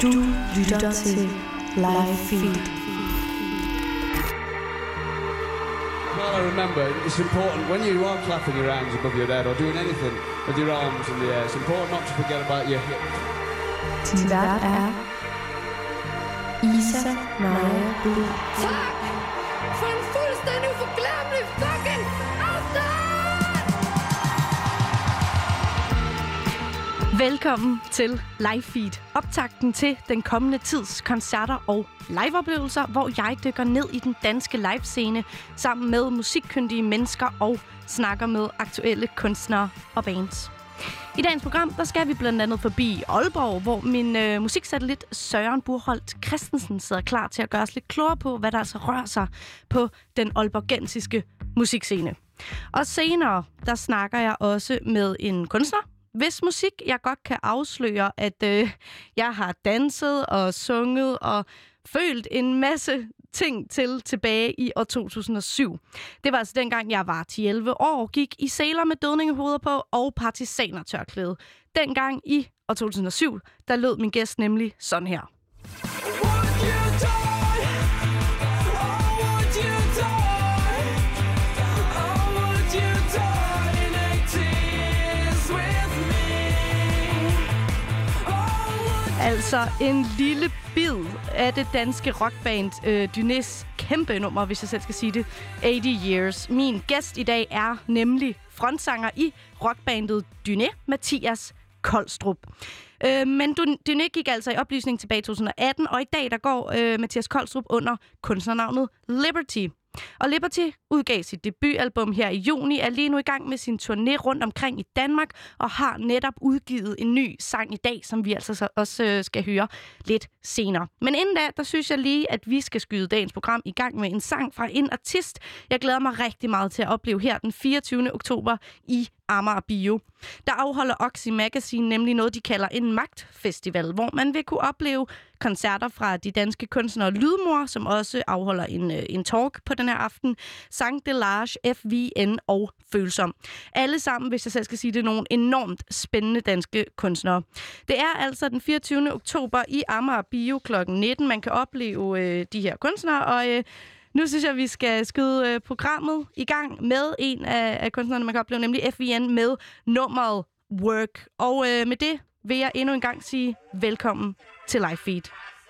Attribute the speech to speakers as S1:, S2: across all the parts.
S1: Du lytter til Live Feed.
S2: Well, I remember, it's important when you are clapping your hands above your head or doing anything with your arms in the air, it's important not to forget about your hip.
S1: Din vært er Isa Naja Blue.
S3: Tak for en fuldstændig uforglemmelig fucking aften!
S4: Velkommen til Live Feed. Optakten til den kommende tids koncerter og liveoplevelser, hvor jeg dykker ned i den danske livescene sammen med musikkyndige mennesker og snakker med aktuelle kunstnere og bands. I dagens program, der skal vi blandt andet forbi Aalborg, hvor min musiksatellit Søren Burholt Christensen sidder klar til at gøre os lidt klogere på, hvad der altså rører sig på den aalborgensiske musikscene. Og senere, der snakker jeg også med en kunstner, hvis musik jeg godt kan afsløre, at jeg har danset og sunget og følt en masse ting til tilbage i år 2007. Det var altså dengang, jeg var 10-11 år, gik i seler med dødningehoveder på og partisanertørklæde. Dengang i år 2007, der lød min gæst nemlig sådan her. Altså en lille bid af det danske rockband Dynés kæmpe nummer, hvis jeg selv skal sige det, 80 Years. Min gæst i dag er nemlig frontsanger i rockbandet Dyné, Mathias Kolstrup. Men Dyné gik altså i oplysning tilbage i 2018, og i dag der går Mathias Kolstrup under kunstnernavnet Liberty. Og Liberty udgav sit debutalbum her i juni, er lige nu i gang med sin turné rundt omkring i Danmark, og har netop udgivet en ny sang i dag, som vi altså også skal høre lidt senere. Men inden da, der synes jeg lige, at vi skal skyde dagens program i gang med en sang fra en artist, jeg glæder mig rigtig meget til at opleve her den 24. oktober i Amager Bio. Der afholder Oxy Magazine nemlig noget, de kalder en magtfestival, hvor man vil kunne opleve koncerter fra de danske kunstnere Lydmor, som også afholder en talk på den her aften, Sankt Delage, FVN og Følsom. Alle sammen, hvis jeg selv skal sige det, nogle enormt spændende danske kunstnere. Det er altså den 24. oktober i Amager Bio kl. 19. Man kan opleve de her kunstnere, og nu synes jeg, vi skal skyde programmet i gang med en af kunstnerne, man kan opleve, nemlig FVN med nummeret Work. Og med det vil jeg endnu en gang sige velkommen til Live Feed.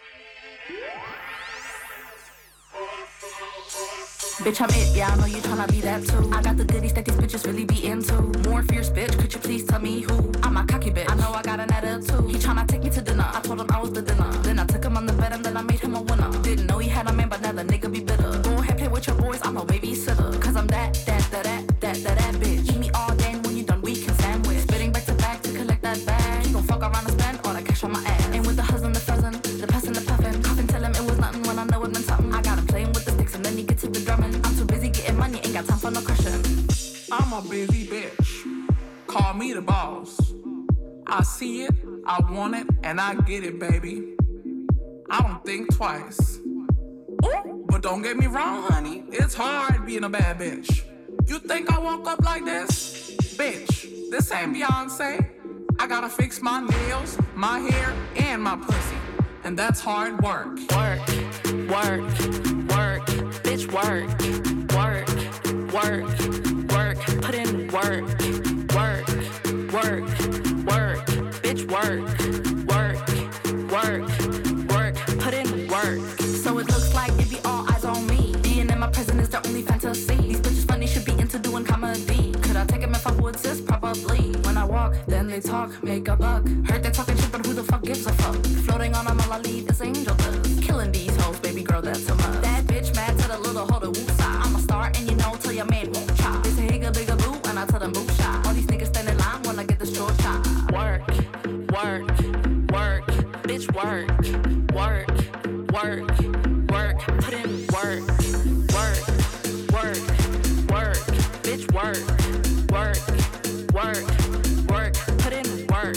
S5: Bitch, I'm it, yeah, I know you tryna be that too. I got the goodies that these bitches really be into. More fierce, bitch, could you please tell me who? I'm a cocky bitch, I know I got an attitude. He tryna take me to dinner, I told him I was the dinner. Then I took him on the bed and then I made him a winner. Didn't know he had a man, but now the nigga be bitter. Go ahead, play with your boys, I'm a babysitter. Cause I'm that bitch. Give me all day and when you done, we can sandwich. Spitting back to back to collect that bag. He gon' fuck around and spend all that cash on my ass. And with the hustlin', the fuzzin', the pussin', the puffin'. Coughing, tell him it was nothing when I know it meant something. I got him playing with the sticks and then he get to the drumming. I'm too busy getting money, ain't got time for no cushion.
S6: I'm a busy bitch. Call me the boss. I see it, I want it, and I get it, baby. I don't think twice. Ooh, but don't get me wrong, honey. It's hard being a bad bitch. You think I woke up like this? Bitch, this ain't Beyonce. I gotta fix my nails, my hair, and my pussy. And that's hard work.
S5: Work, work, work, bitch, work, work, work, work, put in work, work, work, work, bitch, work, work, work, work, put in work. So it looks like it be all eyes on me. Being in my prison is the only fantasy. These bitches funny should be into doing comedy. Could I take him if I would, sis? Probably. When I walk, then they talk, make a buck. Heard they talking shit, but who the fuck gives a fuck? Floating on them all I leave is angel dust. Killing these hoes, baby girl, that's a must. That bitch mad to the little hoe to woosah. I'm a star and you know till your man won't chop. They say higga bigga boo and I tell them boo shot. All these niggas stand in line when I get this short shot. Work, work, work, bitch work, work, work, work, put in work, work, work, work, bitch work, work, work, work, put in work,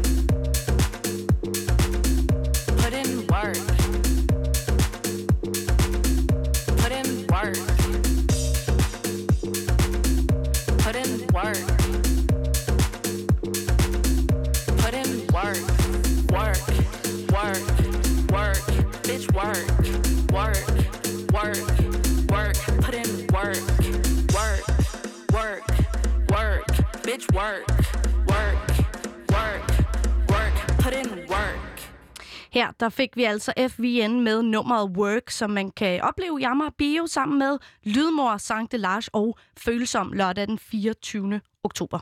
S5: put in work, put in work, put in work, put in work, work, work.
S4: Her der fik vi altså FVN med nummeret Work, som man kan opleve i Amager Bio sammen med Lydmor, Sankt Delage og Følsom lørdag den 24. oktober.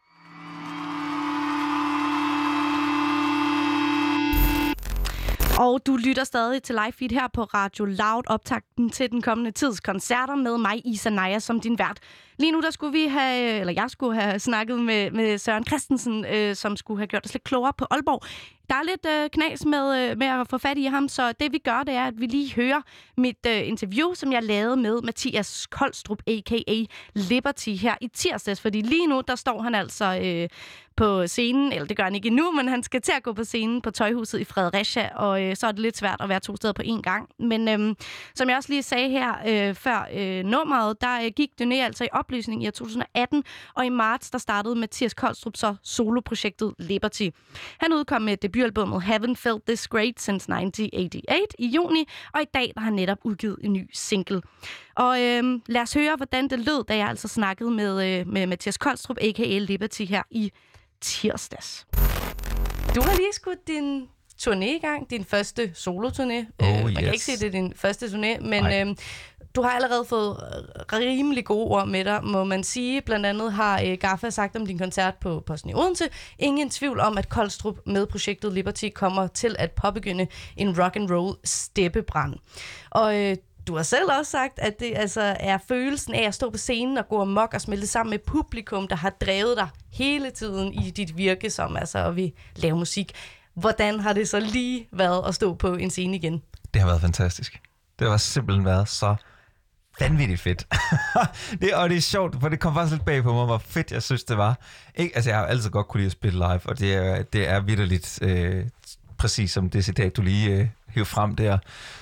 S4: Og du lytter stadig til Live Feed her på Radio Loud, optakten til den kommende tids koncerter med mig, Isa Naja, som din vært. Lige nu, jeg skulle have snakket med Søren Christensen, som skulle have gjort os lidt klogere på Aalborg. Der er lidt knas med at få fat i ham, så det vi gør, det er, at vi lige hører mit interview, som jeg lavede med Mathias Kolstrup, a.k.a. Liberty, her i tirsdags. Fordi lige nu, der står han altså på scenen, eller det gør han ikke endnu, men han skal til at gå på scenen på Tøjhuset i Fredericia, og så er det lidt svært at være 2 steder på én gang. Men som jeg også lige sagde her før nummeret, der gik Dyné altså i opløsning i 2018, og i marts, der startede Mathias Kolstrup så soloprojektet Liberty. Han udkom med debutalbummet Haven't Felt This Great Since 1988 i juni, og i dag der har han netop udgivet en ny single. Og lad os høre, hvordan det lød, da jeg altså snakkede med Mathias Kolstrup, a.k.a. Liberty, her i tirsdags. Du har lige skudt din turné i gang, din første solo-turné. Man kan ikke sige, det er din første turné, men du har allerede fået rimelig gode ord med dig, må man sige. Blandt andet har Gaffa sagt om din koncert på Posten i Odense. Ingen tvivl om, at Kolstrup med projektet Liberty kommer til at påbegynde en rock and roll steppebrand. Og du har selv også sagt, at det altså er følelsen af at stå på scenen og gå amok og smelte sammen med publikum, der har drevet dig hele tiden i dit virke som altså at vi lave musik. Hvordan har det så lige været at stå på en scene igen?
S7: Det har været fantastisk. Det har simpelthen været så vanvittigt fedt. det er sjovt, for det kom faktisk lidt bag på mig, hvor fedt jeg synes, det var. Ikke? Altså, jeg har altid godt kunne lide at spille live, og det er vitterligt præcis som det citat, du lige hævde frem der.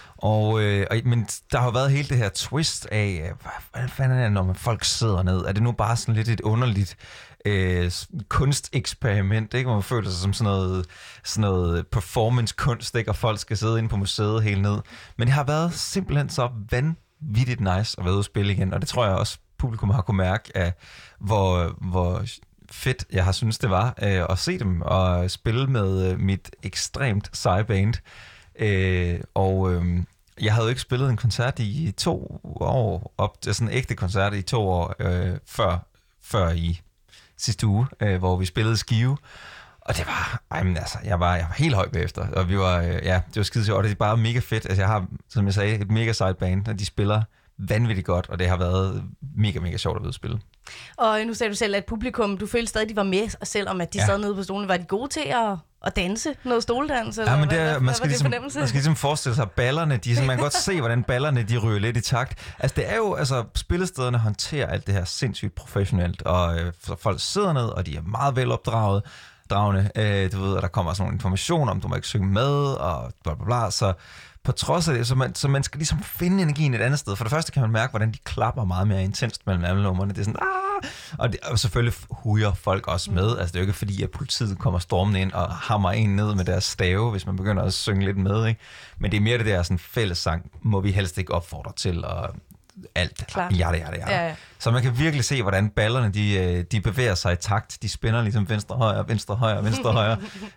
S7: Men der har været hele det her twist af, hvad fanden er det, når folk sidder ned? Er det nu bare sådan lidt et underligt kunsteksperiment, ikke? Hvor man føler sig som sådan noget performance-kunst, ikke? Og folk skal sidde inde på museet helt ned. Men det har været simpelthen så vanvittigt nice at være ude og spille igen, og det tror jeg også, publikum har kunne mærke af, hvor fedt jeg har synes det var at se dem og spille med mit ekstremt seje band. Jeg havde jo ikke spillet en koncert i 2 år, sådan en ægte koncert i 2 år, før i sidste uge, hvor vi spillede Skive. Og det var, jeg var helt høj bagefter, og vi var, det var skide sjovt, og det er bare mega fedt. Altså jeg har, som jeg sagde, et mega sejt band, og de spiller vanvittigt godt, og det har været mega, mega sjovt at vide spille.
S4: Og nu sagde du selv, at publikum, du følte stadig, de var med, og selvom at de sad nede på stolen, var de gode til at danse? Noget stoledans? Eller
S7: man skal ligesom forestille sig, at ballerne, man kan godt se, hvordan ballerne, de ryger lidt i takt. Altså det er jo, spillestederne håndterer alt det her sindssygt professionelt, og folk sidder ned, og de er meget velopdragende. Du ved, at der kommer sådan nogle informationer om, du må ikke synge med, og bla bla bla, så på trods af det, så man skal ligesom finde energien et andet sted. For det første kan man mærke, hvordan de klapper meget mere intenst mellem alle numrene. Det er sådan, og selvfølgelig hujer folk også med. Altså det er jo ikke fordi, at politiet kommer stormende ind og hammer en ned med deres stave, hvis man begynder at synge lidt med, ikke? Men det er mere det der sådan fællessang, må vi helst ikke opfordre til, og alt. Ja. Så man kan virkelig se, hvordan ballerne, de bevæger sig i takt. De spænder ligesom venstre, højre, venstre, højre, venstre, højre.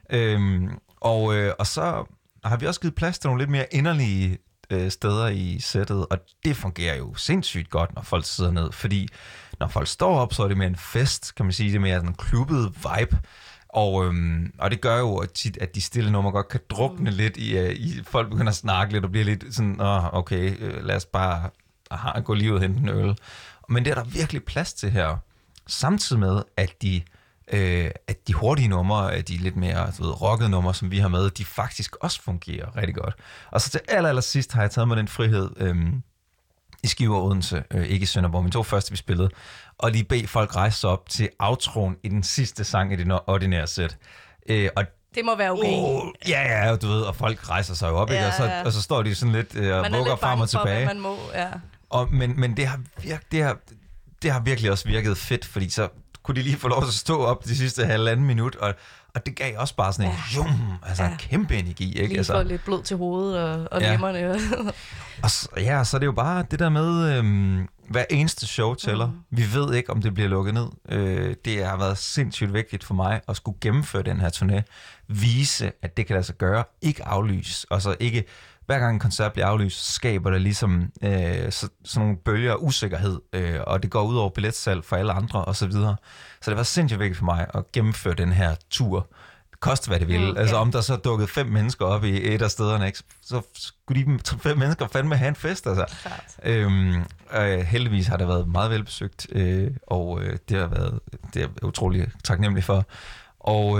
S7: Og så har vi også givet plads til nogle lidt mere inderlige steder i sættet, og det fungerer jo sindssygt godt, når folk sidder ned, fordi når folk står op, så er det mere en fest, kan man sige, det er mere sådan en klubbet vibe, og det gør jo tit, at de stille numre godt kan drukne lidt i folk begynder at snakke lidt, og bliver lidt sådan, okay, lad os bare gå lige ud og hente en øl. Men det er der virkelig plads til her, samtidig med, at de hurtige numre, de lidt mere rockede numre, som vi har med, de faktisk også fungerer rigtig godt. Og så til allersidst har jeg taget mig den frihed i Skive og Odense, ikke i Sønderborg, men 2 første, vi spillede, og lige bede folk rejse sig op til outroen i den sidste sang i det ordinære sæt. Og
S4: det må være okay.
S7: Du ved, og folk rejser sig op, ikke? Og så står de sådan lidt og vugger frem og tilbage.
S4: Man må,
S7: men det har virkelig også virket fedt, fordi så kunne de lige få lov til at stå op de sidste 1,5 minut, og det gav også bare sådan en kæmpe energi, ikke?
S4: Lige få lidt blod til hovedet og lemmerne.
S7: Så er det jo bare det der med, Hver eneste show tæller. Vi ved ikke, om det bliver lukket ned. Det har været sindssygt vigtigt for mig at skulle gennemføre den her turné. Vise, at det kan lade sig gøre. Ikke aflyse. Og så ikke, hver gang en koncert bliver aflyst, skaber det ligesom sådan nogle bølger af usikkerhed. Og det går ud over billetsalg for alle andre osv. Så det var sindssygt vigtigt for mig at gennemføre den her tur. Koste hvad det ville. Okay. Altså om der så dukkede 5 mennesker op i et af stederne, ikke? Så skulle de 5 mennesker fandme have en fest. Altså. Heldigvis har det været meget velbesøgt, og det er utrolig taknemmelig for. Og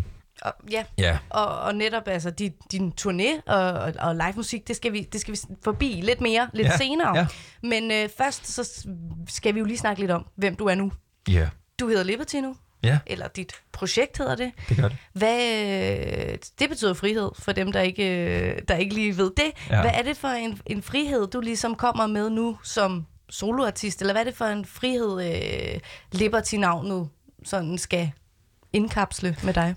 S4: og netop altså din turné og live musik, det skal vi forbi lidt mere senere. Ja. Men først så skal vi jo lige snakke lidt om, hvem du er nu.
S7: Ja. Yeah.
S4: Du hedder Liberty nu.
S7: Ja.
S4: Eller dit projekt hedder det.
S7: Det gør det.
S4: Det betyder frihed for dem, der ikke lige ved det. Ja. Hvad er det for en frihed, du ligesom kommer med nu som soloartist? Eller hvad er det for en frihed, Liberty-navnet sådan skal indkapsle med dig?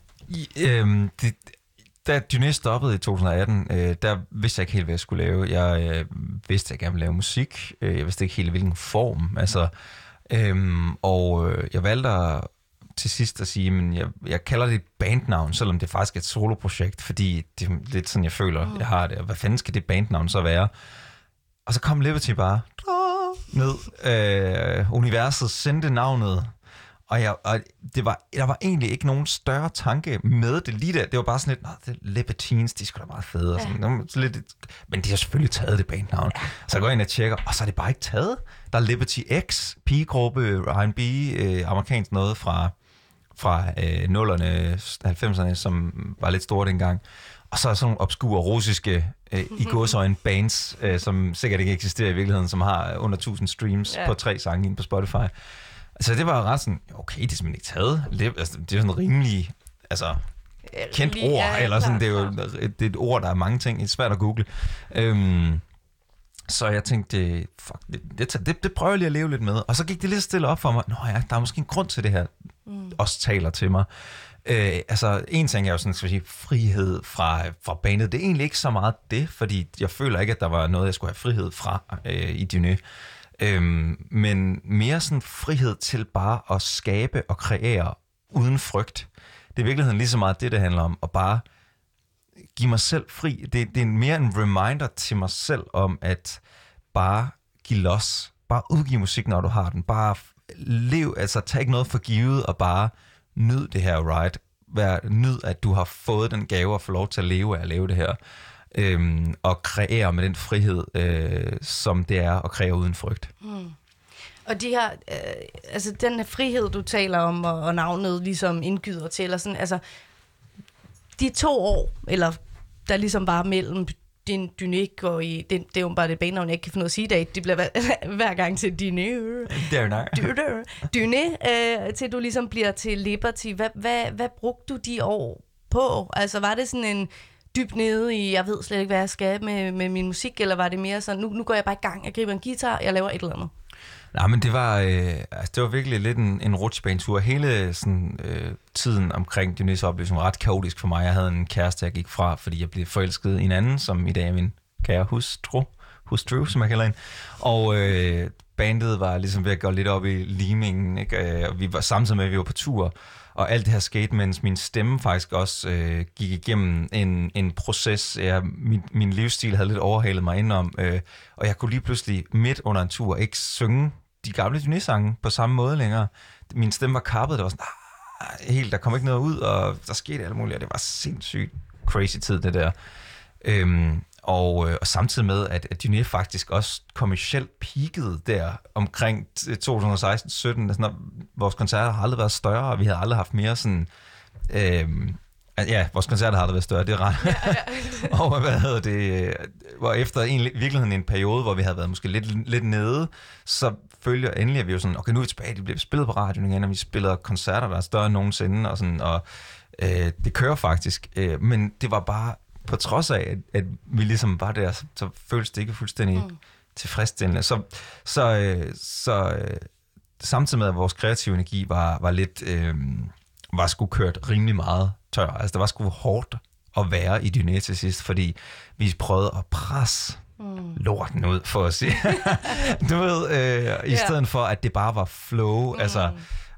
S7: Da Dynæs stoppede i 2018, der vidste jeg ikke helt, hvad jeg skulle lave. Jeg vidste, at jeg gerne ville lave musik. Jeg vidste ikke helt, hvilken form. Altså, og jeg valgte til sidst at sige, men jeg kalder det et bandnavn, selvom det faktisk er et soloprojekt, fordi det er lidt sådan, jeg føler, jeg har det. Og hvad fanden skal det bandnavn så være? Og så kom Liberty bare ned. Universet sendte navnet, og der var egentlig ikke nogen større tanke med det lige der. Det var bare sådan lidt, Libertines, de er sgu da meget fede. Og sådan, lidt, men de har selvfølgelig taget det bandnavn. Så jeg går ind og tjekker, og så er det bare ikke taget. Der er Liberty X, pigegruppe, R&B, amerikansk noget fra 0'erne, 90'erne, som var lidt store dengang. Og så er sådan nogle obskure russiske i gåseøjne bands, som sikkert ikke eksisterer i virkeligheden, som har under 1000 streams på 3 sange inde på Spotify. Så det var ret sådan, okay, det er simpelthen ikke taget. Det er sådan rimelig, kendt ord, eller sådan, det er jo det er et ord, der er mange ting, det er svært at google. Så jeg tænkte, fuck, det prøver jeg lige at leve lidt med. Og så gik det lidt stille op for mig, der er måske en grund til det her, også taler til mig. En ting er jo sådan, skal vi sige, frihed fra bandet. Det er egentlig ikke så meget det, fordi jeg føler ikke, at der var noget, jeg skulle have frihed fra i Dynæ. Men mere sådan frihed til bare at skabe og kreere uden frygt. Det er i virkeligheden lige så meget det handler om, at bare give mig selv fri. Det er mere en reminder til mig selv om, at bare give los. Bare udgive musik, når du har den. Bare lev, tag ikke noget for givet, og bare nyd det her ride. Nyd, at du har fået den gave og få lov til at leve af at lave det her. Og kreere med den frihed, som det er at kreere uden frygt.
S4: Og de her, den her frihed, du taler om, og navnet ligesom indgyder til, eller sådan, de 2 år, eller der ligesom var mellem din Dynæk og det er jo bare det banenavn, jeg ikke kan finde noget at sige i dag. Det bliver hver gang til Dynæ. Dynæ, til du ligesom bliver til Liberty. Hvad brugte du de år på? Altså var det sådan en dybt nede i, jeg ved slet ikke, hvad jeg skal med min musik, eller var det mere sådan, nu går jeg bare i gang, jeg griber en guitar, jeg laver et eller andet?
S7: Nej, men det var virkelig lidt en rutsjebanetur. Hele sådan, tiden omkring Dynæs opløsning var ret kaotisk for mig. Jeg havde en kæreste, jeg gik fra, fordi jeg blev forelsket i en anden, som i dag er min kære hustru, som jeg kalder hende. Og bandet var ligesom ved at gå lidt op i limingen, ikke? Og vi var samtidig med, at vi var på tur. Og alt det her skete, mens min stemme faktisk også gik igennem en proces. Min livsstil havde lidt overhalet mig indenom, og jeg kunne lige pludselig midt under en tur ikke synge de gamle Dynæ-sange på samme måde længere. Min stemme var kappet, det var sådan, helt, der kom ikke noget ud, og der skete alt muligt, og det var sindssygt crazy tid, det der. Og samtidig med, at Dynæ faktisk også kommercielt peakede der omkring 2016-17. Vores koncerter har aldrig været større, og vi havde aldrig haft mere sådan... vores koncerter har aldrig været større, det er ret. Og var efter virkeligheden en periode, hvor vi havde været måske lidt nede, så følger endelig, at vi jo sådan, okay, nu er vi tilbage, det bliver spillet på radioen igen, og vi spiller koncerter, der er større end nogensinde, og sådan, og det kører faktisk. Men det var bare... På trods af, at vi ligesom var der, så føltes det ikke fuldstændig tilfredsstillende. Så samtidig med, at vores kreative energi var lidt, var sgu kørt rimelig meget tør. Altså, det var sgu hårdt at være i Dynæ til sidst, fordi vi prøvede at presse lorten ud, for at sige. Du ved, i stedet for, at det bare var flow. Altså,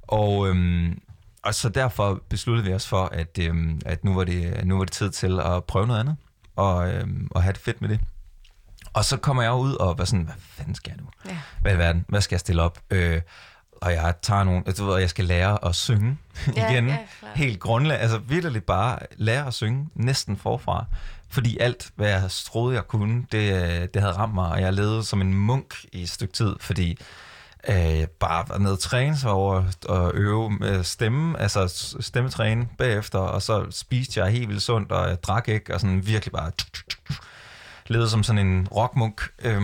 S7: og så derfor besluttede vi os for, at nu var det tid til at prøve noget andet, og have det fedt med det. Og så kommer jeg ud og var sådan, hvad fanden skal jeg nu? Ja. Hvad i verden? Hvad skal jeg stille op? Og jeg tager nogle, jeg skal lære at synge igen. Ja, helt grundlæggende. Altså vitterligt bare lære at synge næsten forfra. Fordi alt, hvad jeg troede, jeg kunne, det havde ramt mig. Og jeg levede som en munk i et stykke tid, fordi jeg bare var nede og træne sig over og øve med stemme, altså stemmetræne bagefter. Og så spiste jeg helt vildt sundt, og jeg drak ikke, og sådan virkelig bare levede som sådan en rockmunk.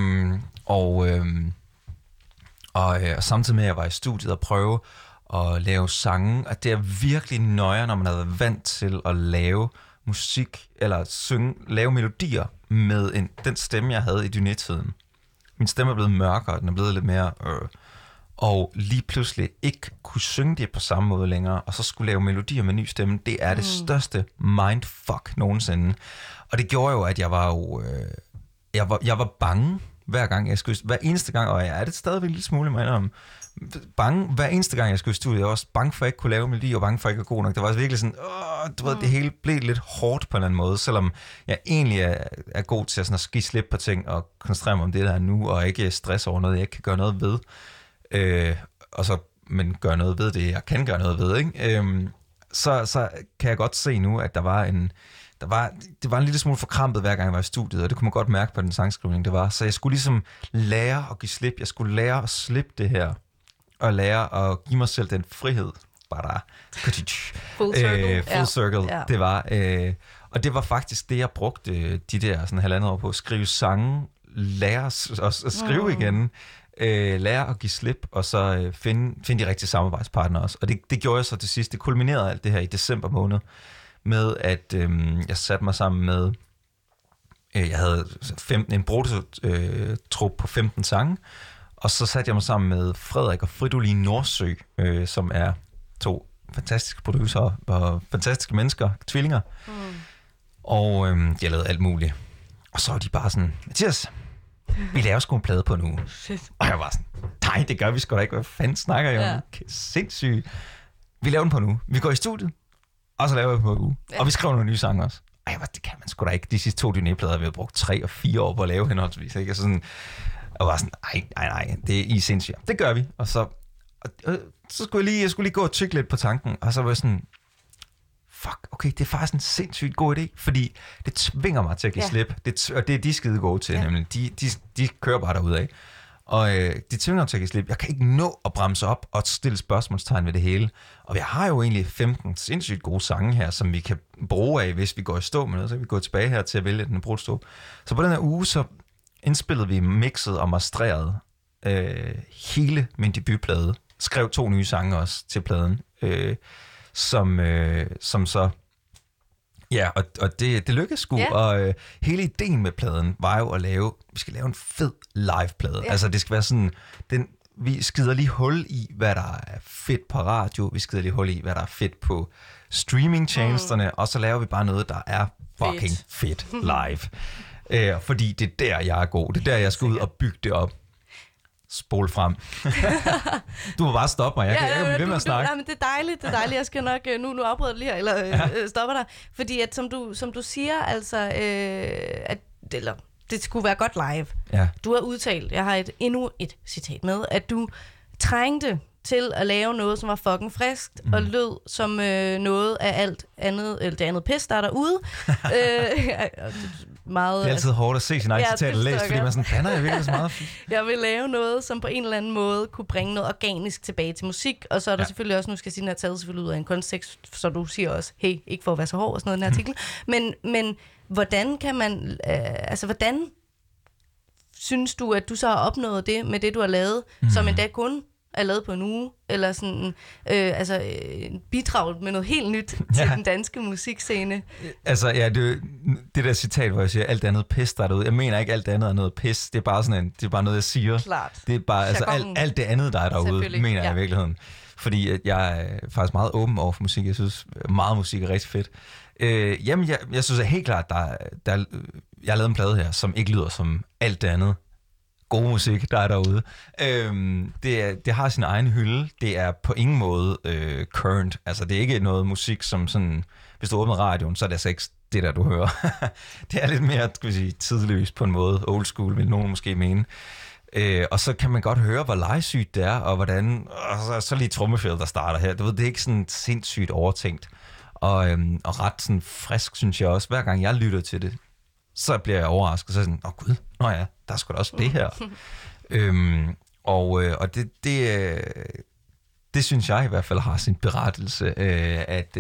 S7: Og samtidig med, at jeg var i studiet og prøve at lave sange, og det er virkelig nøje, når man har været vant til at lave musik, eller lave melodier med den stemme, jeg havde i Dyné-tiden. Min stemme er blevet mørkere, den er blevet lidt mere... Og lige pludselig ikke kunne synge det på samme måde længere, og så skulle lave melodier med ny stemme, det er det største mindfuck nogensinde. Og det gjorde jo, at jeg var bange hver eneste gang, og jeg er det stadigvæk en lille smule med om bange, hver eneste gang jeg skulle i studiet. Jeg var også bange for at ikke kunne lave melodi, og bange for at ikke være god nok. Det var altså virkelig sådan, du ved, det hele blev lidt hårdt på en eller anden måde, selvom jeg egentlig er god til at, sådan at give slip på ting, og koncentrere mig om det der er nu, og ikke stress over noget, jeg ikke kan gøre noget ved. Men gøre noget ved det, jeg kan gøre noget ved, ikke? Så kan jeg godt se nu, at det var en lille smule forkrampet, hver gang jeg var i studiet, og det kunne man godt mærke på den sangskrivning, det var. Så jeg skulle ligesom lære at give slip. Jeg skulle lære at slippe det her, og lære at give mig selv den frihed. Bare
S4: full circle.
S7: Full circle, ja. Det var. Og det var faktisk det, jeg brugte de der sådan 1,5 år på. Skrive sange, lære at skrive igen, lære at give slip, og så finde de rigtige samarbejdspartnere også. Og det gjorde jeg så til sidst. Det kulminerede alt det her i december måned, med at jeg satte mig sammen med, jeg havde en bruttotrup på 15 sange, og så satte jeg mig sammen med Frederik og Fridolin Nordsø, som er 2 fantastiske producer og fantastiske mennesker, tvillinger. Og jeg lavede alt muligt. Og så var de bare sådan, Mathias, vi laver sgu en plade på nu. Og jeg var sådan, nej, det gør vi sgu da ikke. Hvad fanden snakker jeg om? Sindssygt. Vi laver den på nu. Vi går i studiet, og så laver vi på en uge. Og vi skriver nogle nye sange også. Og jeg var, det kan man sgu da ikke. De sidste 2 Dyné-plader, vi har brugt 3 og 4 år på at lave henholdsvis. Ikke? Så sådan, og var sådan, nej, det er sindssygt. Det gør vi. Og så skulle jeg skulle lige gå og tykke lidt på tanken, og så var jeg sådan, fuck, okay, det er faktisk en sindssygt god idé, fordi det tvinger mig til at give slip, og det er de skide gode til, nemlig. De kører bare derudad. Og de tvinger mig til at give slip. Jeg kan ikke nå at bremse op og stille spørgsmålstegn ved det hele. Og vi har jo egentlig 15 sindssygt gode sange her, som vi kan bruge af, hvis vi går i stå med noget, så kan vi gå tilbage her til at vælge den brudstå. Så på den her uge, så indspillede vi, mixede og masterede hele min debutplade. Skrev 2 nye sange også til pladen, som så... Ja, og det lykkedes sgu, og hele ideen med pladen var jo at vi skal lave en fed live-plade. Altså det skal være sådan, vi skider lige hul i, hvad der er fedt på radio, vi skider lige hul i, hvad der er fedt på streamingtjenesterne, og så laver vi bare noget, der er fucking fedt live. Fordi det er der, jeg er god, det er der, jeg skal ud og bygge det op. Spol frem. Du må bare stoppe mig. Jeg kan blive ved med at snakke.
S4: Men det er dejligt. Jeg skal nok nu afbryder lige her, eller stopper dig. Fordi at som du siger, altså, det skulle være godt live. Ja. Du har udtalt, jeg har endnu et citat med, at du trængte til at lave noget, som var fucking friskt, og lød som noget af alt andet, eller det andet pis, der er derude. Meget,
S7: det er altid hårdt at se sin egen citat og læse, fordi man sådan, pander jeg virkelig så meget.
S4: Jeg vil lave noget, som på en eller anden måde kunne bringe noget organisk tilbage til musik, og så er der selvfølgelig også, nu skal jeg sige, den er taget selvfølgelig ud af en kontekst, så du siger også, hey, ikke for at være så hård og sådan noget i den artikel, men hvordan kan man, hvordan synes du, at du så har opnået det med det, du har lavet, som endda kun er lavet på en uge, eller sådan, bidrag med noget helt nyt til den danske musikscene.
S7: Altså, ja, det der citat, hvor jeg siger, alt andet pis, der er derude. Jeg mener ikke, alt andet er noget pis. Det er bare sådan det er bare noget, jeg siger.
S4: Klart.
S7: Det er bare, altså, alt det andet, der er derude, mener jeg i virkeligheden. Fordi jeg er faktisk meget åben over for musik. Jeg synes, meget musik er rigtig fedt. Jamen, jeg synes helt klart, der jeg har lavet en plade her, som ikke lyder som alt det andet god musik, der er derude. Det har sin egen hylde. Det er på ingen måde current. Altså, det er ikke noget musik, som sådan... Hvis du åbner radioen, så er det altså ikke det, der du hører. Det er lidt mere, skal vi sige, tidløst på en måde. Old school, vil nogen måske mene. Og så kan man godt høre, hvor legesygt det er, og hvordan... Og så lige trommefældet, der starter her. Du ved, det er ikke sådan sindssygt overtænkt. Og ret sådan frisk, synes jeg også. Hver gang jeg lytter til det, så bliver jeg overrasket. Så er jeg sådan, gud, nå ja, der er sgu da også det her. Og det synes jeg i hvert fald har sin berettelse, at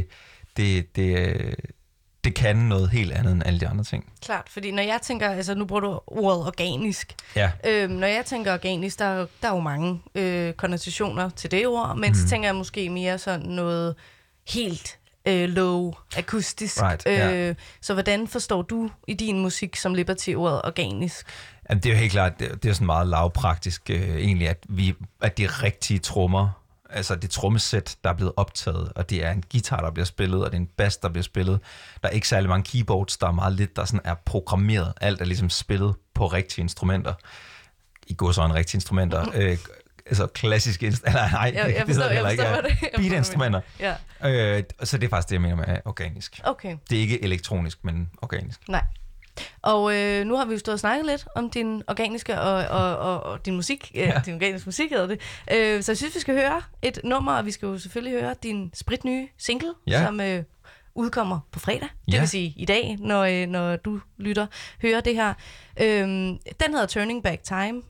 S7: det kan noget helt andet end alle de andre ting.
S4: Klart, fordi når jeg tænker, altså nu bruger du ordet organisk.
S7: Ja.
S4: Når jeg tænker organisk, der er jo mange konnotationer til det ord, men så tænker jeg måske mere sådan noget helt low, akustisk.
S7: Right, yeah.
S4: Så hvordan forstår du i din musik som Liberty ordet organisk?
S7: Jamen, det er jo helt klart, det er sådan meget lavpraktisk egentlig, at de rigtige trommer, altså det trommesæt, der er blevet optaget, og det er en guitar, der bliver spillet, og det er en bass, der bliver spillet. Der er ikke særlig mange keyboards, der er meget lidt, der sådan er programmeret. Alt er ligesom spillet på rigtige instrumenter. I går så en rigtige instrumenter. Altså klassiske instrumenter. Nej,
S4: jeg
S7: det
S4: forstår
S7: ikke. Beat-instrumenter.
S4: Ja.
S7: Så det er faktisk det, jeg mener med organisk.
S4: Okay.
S7: Det er ikke elektronisk, men organisk.
S4: Nej. Og nu har vi jo stået og snakket lidt om din organiske og din musik. Din organiske musik hedder det. Så jeg synes, vi skal høre et nummer, og vi skal jo selvfølgelig høre din spritnye single, som udkommer på fredag. Det vil sige i dag, når du hører det her. Den hedder Turning Back Time.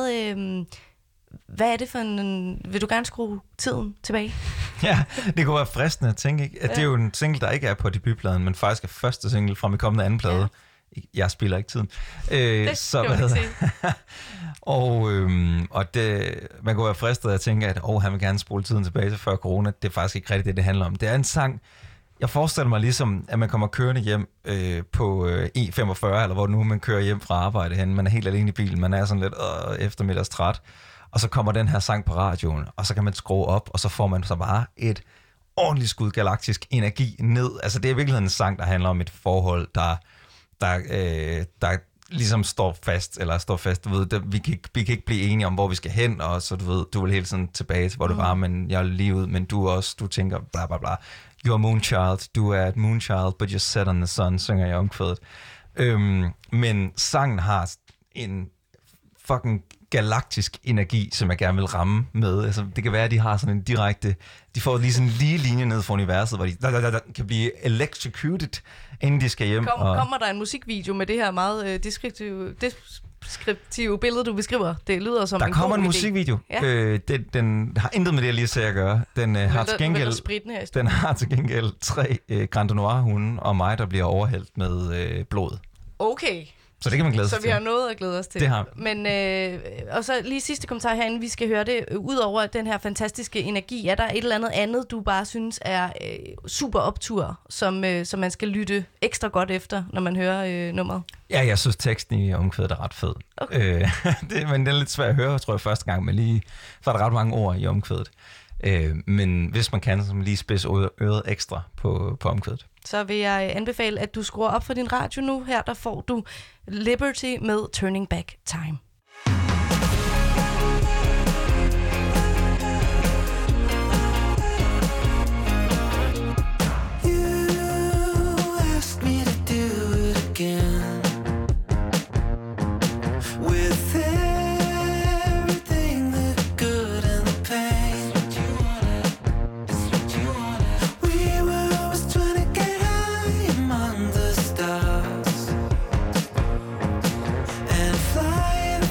S4: Hvad er det for en... Vil du gerne skrue tiden tilbage?
S7: Ja, det kunne være fristende at tænke, ikke? At det er jo en single, der ikke er på debutpladen, men faktisk er første single fra min kommende anden plade. Ja. Jeg spiller ikke tiden.
S4: Det
S7: så
S4: kan man ikke se.
S7: og det, man kunne være fristet at tænke, at han vil gerne spole tiden tilbage til før corona. Det er faktisk ikke rigtigt det handler om. Det er en sang, jeg forestiller mig ligesom, at man kommer kørende hjem på E45, eller hvor nu man kører hjem fra arbejde hen. Man er helt alene i bilen, man er sådan lidt eftermiddagstræt. Og så kommer den her sang på radioen, og så kan man skrue op, og så får man så bare et ordentligt skud galaktisk energi ned. Altså det er i virkeligheden en sang, der handler om et forhold, der ligesom står fast. Du ved, vi kan ikke blive enige om, hvor vi skal hen, og så du vil hele tiden tilbage til, hvor du var, men jeg er lige ud, men du tænker bla bla bla. You are moonchild, du er et moonchild, but you're set on the sun, synger jeg omkvædet. Men sangen har en fucking galaktisk energi, som jeg gerne vil ramme med. Altså, det kan være, at de har sådan en direkte... De får lige sådan en lige linje ned fra universet, hvor de kan blive electrocuted, inden de skal hjem.
S4: Kommer der en musikvideo med det her meget deskriptive billede, du beskriver? Det lyder som en god idé.
S7: Der kommer en musikvideo. Ja. Den har intet med det, jeg lige ser at gøre. Den har til gengæld 3 Grand Noir-hunde og mig, der bliver overhældt med blod.
S4: Okay.
S7: Så det kan man glæde sig til.
S4: Så vi har noget at glæde os til.
S7: Det har
S4: men, og så lige sidste kommentar herinde, vi skal høre det. Udover den her fantastiske energi, er der et eller andet, du bare synes er super optur, som man skal lytte ekstra godt efter, når man hører nummeret? Ja,
S7: jeg synes teksten i omkvædet er ret fed. Okay. Men det er lidt svært at høre, tror jeg, første gang, men så er der ret mange ord i omkvædet. Men hvis man kan, så man lige spids øret ekstra på omkvædet.
S4: Så vil jeg anbefale, at du skruer op for din radio nu. Her der får du Liberty med Turning Back Time.
S8: Flying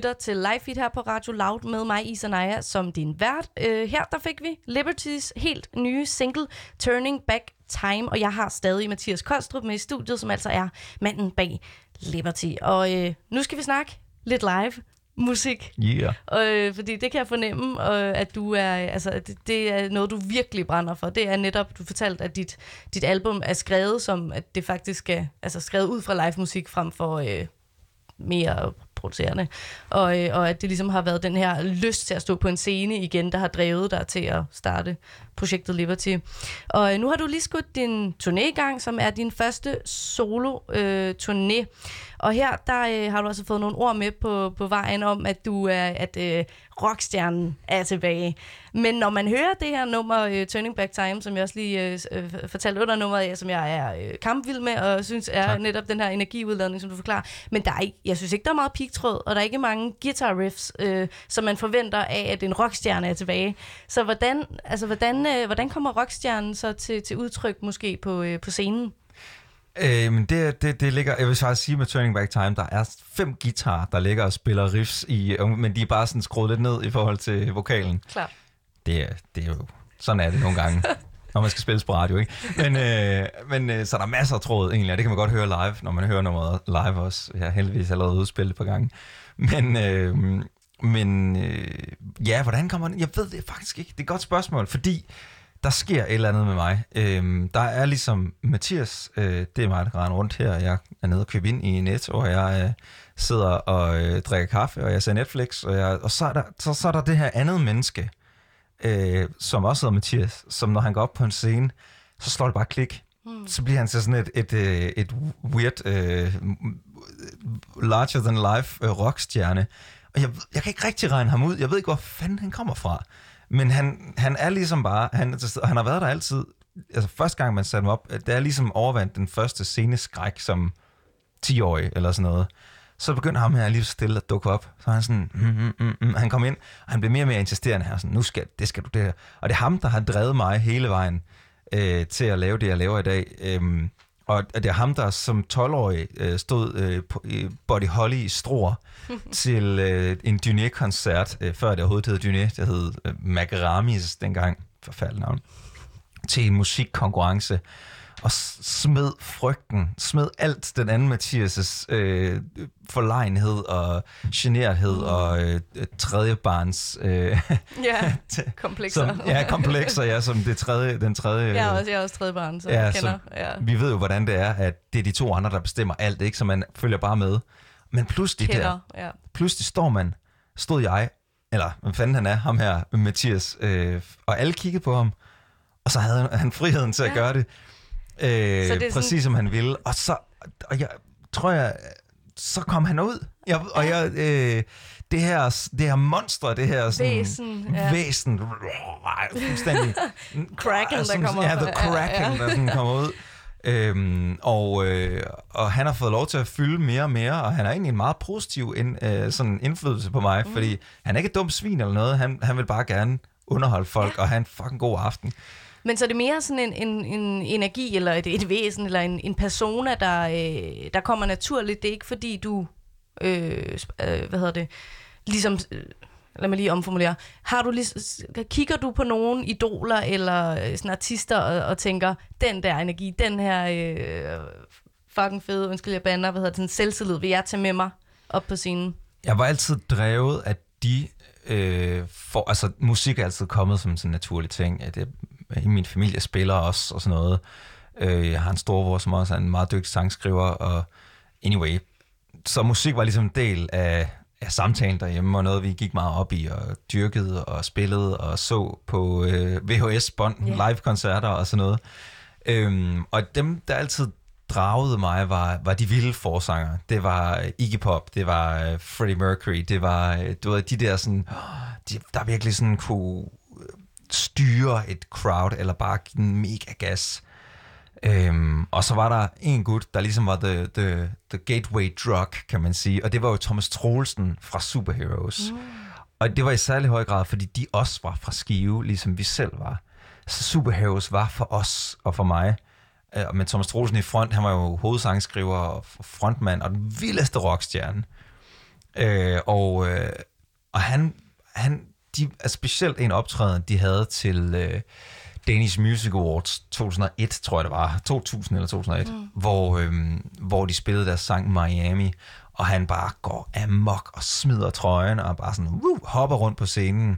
S4: lytter til Live Feed her på Radio Loud med mig, Isa Naja, som din vært. Her der fik vi Libertys helt nye single, Turning Back Time, og jeg har stadig Mathias Kolstrup med i studiet, som altså er manden bag Liberty. Og nu skal vi snakke lidt live musik. Fordi det kan jeg fornemme, at du er, altså det er noget, du virkelig brænder for. Det er netop, du fortalte, at dit album er skrevet som, at det faktisk er skrevet ud fra live musik frem for mere producerende. Og at det ligesom har været den her lyst til at stå på en scene igen, der har drevet dig til at starte projektet Liberty. Og nu har du lige skudt din turné i gang, som er din første solo-turné. Og her der har du altså fået nogle ord med på vejen om, at rockstjernen er tilbage. Men når man hører det her nummer, Turning Back Time, som jeg også lige fortalte under nummeret af, som jeg er kampvild med, og synes er netop den her energiudladning, som du forklarer. Men jeg synes ikke, der er meget pigtråd, og der er ikke mange guitar riffs, som man forventer af, at en rockstjerne er tilbage. Så hvordan kommer rockstjernen så til udtryk måske på scenen?
S7: Men det ligger, jeg vil faktisk sige med Turning Back Time, der er 5 guitarer, der ligger og spiller riffs i, men de er bare sådan skruet lidt ned i forhold til vokalen.
S4: Klart.
S7: Det er jo, sådan er det nogle gange, når man skal spille på radio, ikke? Men så der er masser af tråd egentlig, og det kan man godt høre live, når man hører nummeret live også. Jeg har heldigvis allerede udspillet et par gange. Men hvordan kommer den? Jeg ved det faktisk ikke. Det er et godt spørgsmål, fordi der sker et eller andet med mig. Der er ligesom Mathias, det er mig, der render rundt her. Jeg er nede og køber ind i Netto, og jeg sidder og drikker kaffe, og jeg ser Netflix, og så er der det her andet menneske, som også hedder Mathias, som når han går op på en scene, så slår det bare klik. Så bliver han til sådan et weird, larger than life rockstjerne. Og jeg kan ikke rigtig regne ham ud. Jeg ved ikke, hvor fanden han kommer fra. Men han er ligesom bare, han har været der altid. Altså første gang, man satte ham op, det er ligesom overvandt den første sceneskræk som 10-årig eller sådan noget. Så begyndte ham her lige stille at dukke op. Så han sådan, han kom ind, og han blev mere og mere insisterende her. Sådan, det skal du det her. Og det er ham, der har drevet mig hele vejen til at lave det, jeg laver i dag. Og det er ham, der som 12-årig stod i Buddy Holly i Struer til en Dyné-koncert, før det overhovedet hed Dyné. Det hed Magaramis dengang, forfærdelig navn, til en musikkonkurrence. Og smed alt den anden Mathias' forlegenhed og generthed og tredjebarns
S4: komplekser.
S7: Komplekser, som den tredje.
S4: Jeg er også tredjebarn, så jeg kender.
S7: Vi ved jo, hvordan det er, at det er de 2 andre, der bestemmer alt, ikke? Så man følger bare med. Men pludselig pludselig stod jeg, eller hvad fanden han er, ham her, Mathias, og alle kiggede på ham, og så havde han friheden til at gøre det. Præcis sådan, som han ville. Og jeg tror, så kom han ud. Det her monster, det her sådan, væsen, fuldstændig
S4: Kraken, der kommer.
S7: Ja, the Kraken, der sådan kommer ud. Og han har fået lov til at fylde mere og mere, og han er egentlig en meget positiv sådan indflydelse på mig, fordi han er ikke et dumt svin eller noget. Han vil bare gerne underholde folk og have en fucking god aften.
S4: Men så er det mere sådan en energi, eller et væsen, eller en persona, der kommer naturligt. Det er ikke fordi du, ligesom, lad mig lige omformulere. Kigger du på nogle idoler, eller sådan artister, og tænker, den der energi, den her fucking fede, undskyld jeg bander, sådan selvtillid, vil jeg tage med mig op på scenen? Jeg var altid drevet af musik er altid kommet som sådan en naturlig ting, at min familie spiller også og sådan noget. Jeg har en storbror, som også er en meget dygtig sangskriver, og anyway. Så musik var ligesom en del af samtalen derhjemme, og noget, vi gik meget op i, og dyrkede og spillede og så på VHS-bånd, live-koncerter og sådan noget. Og dem, der altid dragede mig, var de vilde forsanger. Det var Iggy Pop, det var Freddie Mercury, det var de der sådan, der virkelig sådan kunne styre et crowd, eller bare give den mega gas. Og så var der en gut, der ligesom var the gateway drug, kan man sige, og det var jo Thomas Troelsen fra Superheroes. Og det var i særlig høj grad, fordi de også var fra Skive, ligesom vi selv var. Så Superheroes var for os og for mig. Men Thomas Troelsen i front, han var jo hovedsangskriver og frontmand og den vildeste rockstjerne.
S7: Og han de er specielt en optræden, de havde til Danish Music Awards 2001, tror jeg det var, 2000 eller 2001, hvor de spillede deres sang Miami, og han bare går amok og smider trøjen og bare sådan hopper rundt på scenen.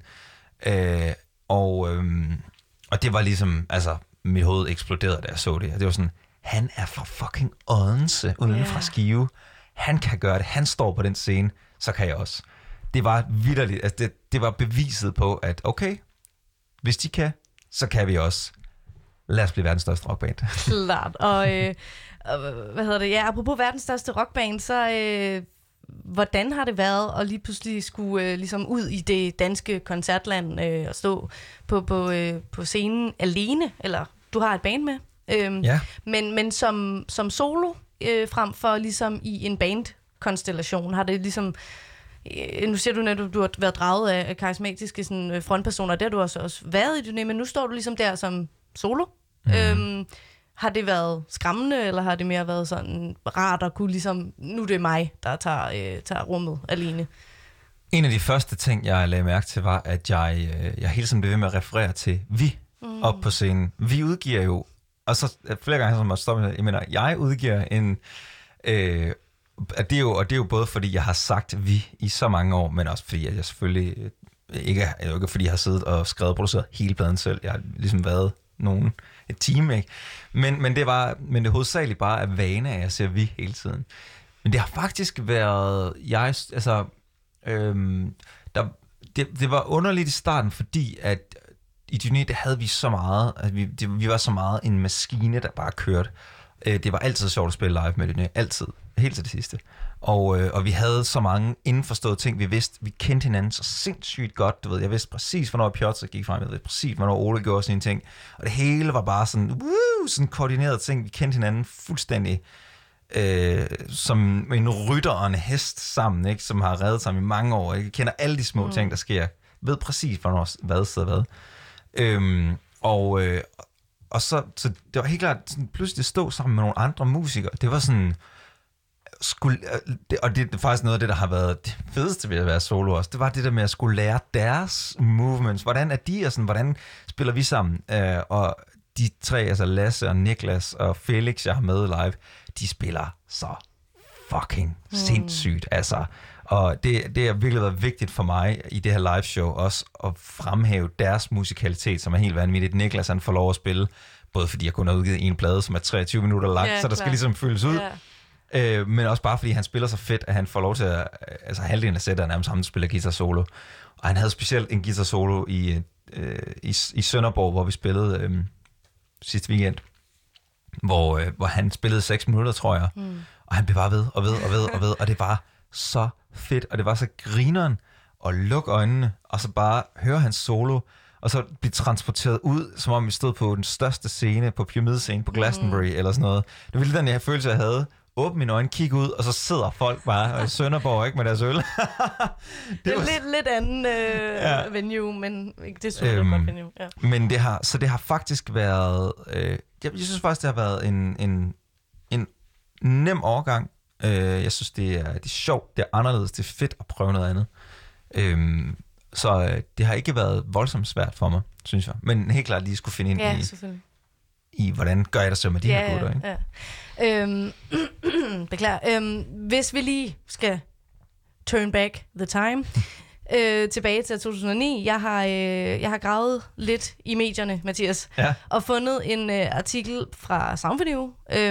S7: Og det var ligesom, altså mit hoved eksploderede, da jeg så det. Og det var sådan, han er fra fucking Odense, uden fra Skive. Han kan gøre det, han står på den scene, så kan jeg også. Det var vitterligt, altså det var beviset på, at okay, hvis de kan, så kan vi også. Lad os blive verdens største rockband.
S4: Klart. Og hvad hedder det? Ja, apropos verdens største rockband, så hvordan har det været at lige pludselig skulle ligesom ud i det danske koncertland og stå på scenen alene? Eller du har et band med? Men som solo frem for ligesom i en bandkonstellation, har det ligesom... Nu siger du, at du har været draget af karismatiske sådan, frontpersoner, det har du også været i Dyné, men nu står du ligesom der som solo. Har det været skræmmende, eller har det mere været sådan rart at kunne ligesom, nu er det mig, der tager rummet alene?
S7: En af de første ting, jeg lagde mærke til, var, at jeg hele tiden blev ved med at referere til vi op på scenen. Vi udgiver jo, og så flere gange som jeg stopper med, jeg mener, jeg udgiver en... Og det er jo både fordi, jeg har sagt vi i så mange år, men også fordi, at jeg selvfølgelig ikke fordi jeg har siddet og skrevet og produceret hele pladen selv. Jeg har ligesom været et team, ikke? Men det er hovedsageligt bare af vane, at jeg ser vi hele tiden. Men det har faktisk været, det var underligt i starten, fordi at i Dyné, der havde vi så meget, at vi var så meget en maskine, der bare kørte. Det var altid sjovt at spille live med Dyné, altid. Helt til det sidste. Og vi havde så mange indforståede ting, vi kendte hinanden så sindssygt godt, du ved, jeg vidste præcis, hvornår Piotr gik frem, jeg vidste præcis, hvornår Ole gjorde sine ting, og det hele var bare sådan, sådan koordineret ting, vi kendte hinanden fuldstændig som en rytter og en hest sammen, ikke? Som har reddet sammen i mange år, ikke? Jeg kender alle de små ting, der sker, ved præcis, hvornår hvad sidder hvad. Og så det var helt klart, sådan, pludselig stå sammen med nogle andre musikere, det var sådan... Og det er faktisk noget af det, der har været det fedeste ved at være solo også. Det var det der med at skulle lære deres movements. Hvordan er de, og sådan, hvordan spiller vi sammen? Og de tre, altså Lasse og Niklas og Felix, jeg har med live, de spiller så fucking sindssygt. Altså. Og det har virkelig været vigtigt for mig i det her live show også at fremhæve deres musikalitet, som er helt vanvittigt. Niklas, han får lov at spille, både fordi jeg kun har udgivet en plade, som er 23 minutter lang, så der skal ligesom fyldes ud. Men også bare fordi han spiller så fedt, at han får lov til at... Altså halvdelen af sættet er nærmest ham, der spiller guitar solo. Og han havde specielt en guitar solo i Sønderborg, hvor vi spillede sidste weekend, hvor han spillede 6 minutter, tror jeg. Og han blev bare ved og ved og ved og ved, og det var så fedt, og det var så grineren at lukke øjnene, og så bare høre hans solo, og så blive transporteret ud, som om vi stod på den største scene, på pyramidescene på Glastonbury, eller sådan noget. Det var lidt den her følelse, jeg havde. Åbne mine øjne, kigge ud, og så sidder folk bare i Sønderborg, ikke, med deres øl.
S4: det var lidt anden venue, men det er super godt venue. Ja.
S7: Men det har faktisk været... jeg synes faktisk, det har været en nem overgang. Jeg synes, det er sjovt, det er anderledes, det er fedt at prøve noget andet. Så det har ikke været voldsomt svært for mig, synes jeg. Men helt klart lige skulle finde ind i hvordan gør jeg det så med de her gutter, ikke?
S4: Beklager. Hvis vi lige skal turn back the time tilbage til 2009. Jeg har gravet lidt i medierne, Mathias, og fundet en artikel fra Soundvenue.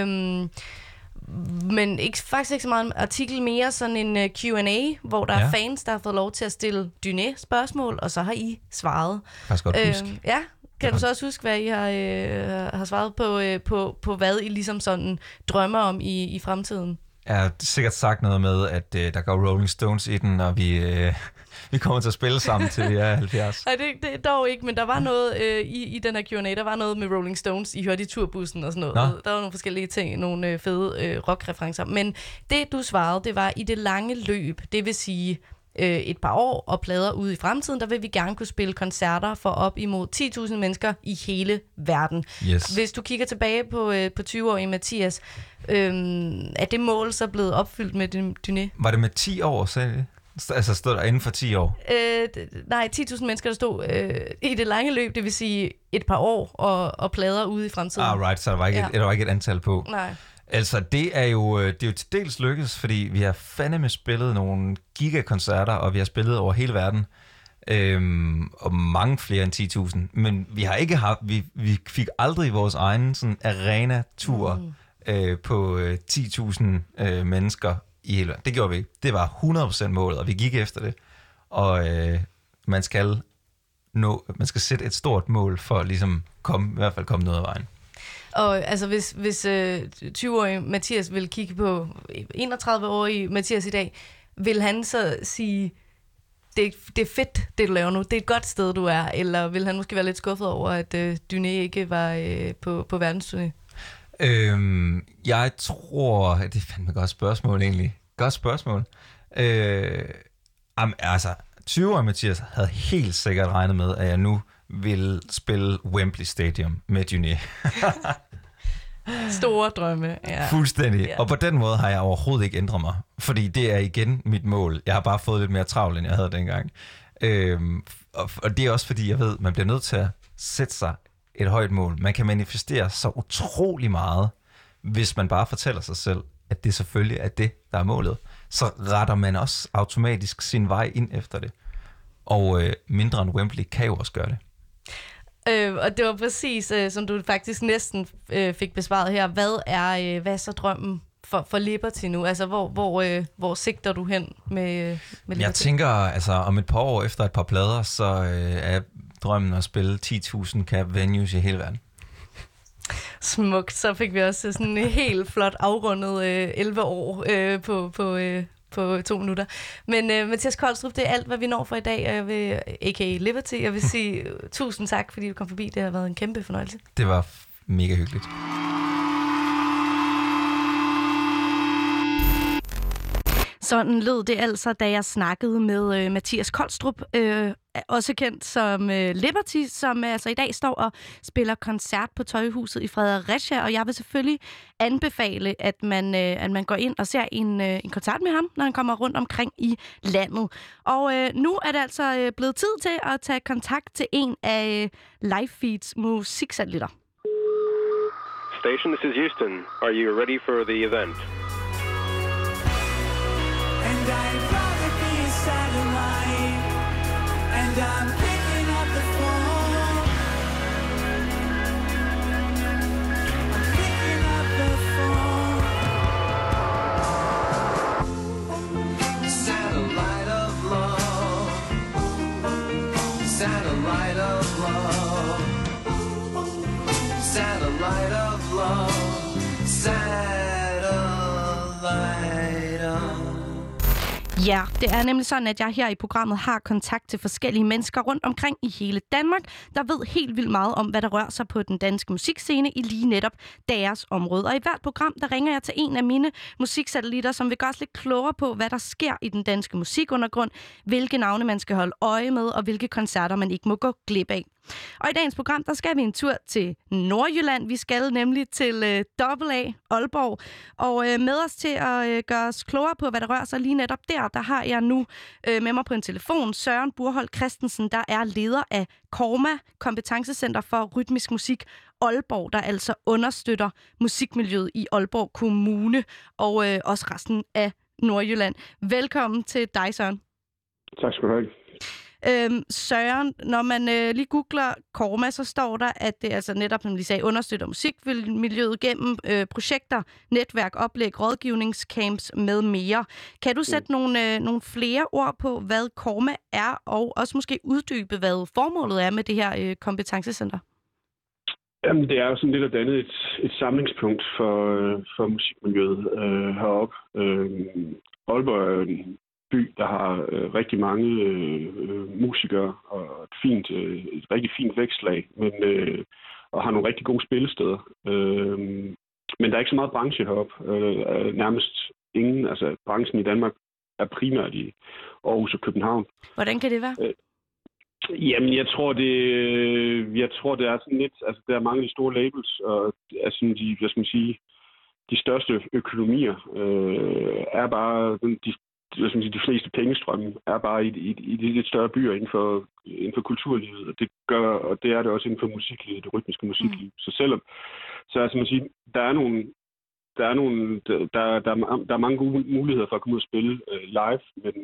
S4: Men faktisk ikke så meget en artikel, mere sådan en Q&A, hvor der er fans, der har fået lov til at stille Dyné spørgsmål, og så har I svaret.
S7: Faktisk godt huske.
S4: Ja. Kan du så også huske, hvad I har svaret på hvad I ligesom sådan drømmer om i fremtiden?
S7: Jeg har sikkert sagt noget med, at der går Rolling Stones i den, og vi kommer til at spille sammen til vi er 70.
S4: Nej, det dog ikke, men der var noget i den her Q&A, der var noget med Rolling Stones. I hørte i turbussen og sådan noget. Der var nogle forskellige ting, nogle fede rockreferencer. Men det, du svarede, det var i det lange løb, det vil sige... et par år og plader ude i fremtiden, der vil vi gerne kunne spille koncerter for op imod 10.000 mennesker i hele verden.
S7: Yes.
S4: Hvis du kigger tilbage på 20-årige Mathias, er det mål så blevet opfyldt med Dyné?
S7: Var det med 10 år, sagde det? Altså stod der inden for 10 år?
S4: Nej, 10.000 mennesker, der stod i det lange løb, det vil sige et par år og plader ude i fremtiden.
S7: Right, så der var ikke et antal på.
S4: Nej.
S7: Altså, det er jo til dels lykkedes, fordi vi har fandeme spillet nogle gigakoncerter, og vi har spillet over hele verden. Og mange flere end 10.000. Men vi har ikke haft, vi fik aldrig vores egen sådan arena-tur på 10.000 mennesker i hele verden. Det gjorde vi ikke. Det var 100% målet, og vi gik efter det. Og man skal sætte et stort mål for at ligesom i hvert fald komme noget af vejen.
S4: Og altså, hvis 20-årige Mathias vil kigge på 31-årige Mathias i dag, vil han så sige, det er fedt, det du laver nu, det er et godt sted, du er, eller vil han måske være lidt skuffet over, at Duné ikke var på verdensturné?
S7: Jeg tror, det er fandme et godt spørgsmål egentlig. Godt spørgsmål. Altså, 20-årige Mathias havde helt sikkert regnet med, at jeg nu ville spille Wembley Stadium med Duné.
S4: Store drømme, ja.
S7: Fuldstændig. Ja. Og på den måde har jeg overhovedet ikke ændret mig, fordi det er igen mit mål. Jeg har bare fået lidt mere travlt, end jeg havde dengang. Og det er også fordi, jeg ved, man bliver nødt til at sætte sig et højt mål. Man kan manifestere så utrolig meget, hvis man bare fortæller sig selv, at det selvfølgelig er det, der er målet. Så retter man også automatisk sin vej ind efter det. Og mindre end Wembley kan jo også gøre det.
S4: Og det var præcis, som du faktisk næsten fik besvaret her. Hvad er så drømmen for Liberty nu? Altså, hvor sigter du hen med Liberty?
S7: Jeg tænker, altså om et par år efter et par plader, så er drømmen at spille 10.000 cap venues i hele verden.
S4: Smukt. Så fik vi også sådan en helt flot afrundet 11 år på 2 minutter. Men Mathias Kolstrup, det er alt, hvad vi når for i dag, og jeg vil, a.k.a. Liberty, jeg vil sige tusind tak, fordi du kom forbi. Det har været en kæmpe fornøjelse.
S7: Det var mega hyggeligt.
S4: Sådan lød det altså, da jeg snakkede med Mathias Kolstrup, også kendt som Liberty, som altså i dag står og spiller koncert på Tøjhuset i Fredericia, og jeg vil selvfølgelig anbefale, at man går ind og ser en koncert med ham, når han kommer rundt omkring i landet. Og nu er det altså blevet tid til at tage kontakt til en af Live Feeds musiksatellitter.
S8: Station, this is Houston. Are you ready for the event?
S9: And I'd rather be a satellite, and I'm picking up the phone. I'm picking up the phone. Satellite of love, satellite of love, satellite of love, satellite of.
S4: Ja, det er nemlig sådan, at jeg her i programmet har kontakt til forskellige mennesker rundt omkring i hele Danmark, der ved helt vildt meget om, hvad der rører sig på den danske musikscene i lige netop deres område. Og i hvert program, der ringer jeg til en af mine musiksatellitter, som vil gøre os lidt klogere på, hvad der sker i den danske musikundergrund, hvilke navne man skal holde øje med, og hvilke koncerter man ikke må gå glip af. Og i dagens program, der skal vi en tur til Nordjylland. Vi skal nemlig til AA Aalborg. Og med os til at gøre os klogere på, hvad der rører sig lige netop der har jeg nu med mig på en telefon Søren Burholt Christensen, der er leder af KORMA, Kompetencecenter for Rytmisk Musik Aalborg, der altså understøtter musikmiljøet i Aalborg Kommune og også resten af Nordjylland. Velkommen til dig, Søren.
S10: Tak skal du have.
S4: Søren, når man lige googler KORMA, så står der, at det altså netop, som de sagde, understøtter musikmiljøet gennem projekter, netværk, oplæg, rådgivningscamps med mere. Kan du sætte nogle flere ord på, hvad KORMA er, og også måske uddybe, hvad formålet er med det her kompetencecenter?
S10: Jamen, det er jo sådan lidt at danne et samlingspunkt for musikmiljøet heroppe. Aalborg er en by, der har rigtig mange musikere og et rigtig fint vækstlag, og har nogle rigtig gode spillesteder. Men der er ikke så meget branche heroppe. Nærmest ingen. Altså, branchen i Danmark er primært i Aarhus og København.
S4: Hvordan kan det være?
S10: Jamen, jeg tror, det er sådan lidt. Altså, der er mange af de store labels, og altså, de største økonomier er bare de fleste pengestrømme er bare i de lidt større byer inden for kulturlivet, og det er det også inden for musiklivet, det rytmiske musikliv. Så selvom, så altså man siger, der er mange gode muligheder for at komme ud og spille live,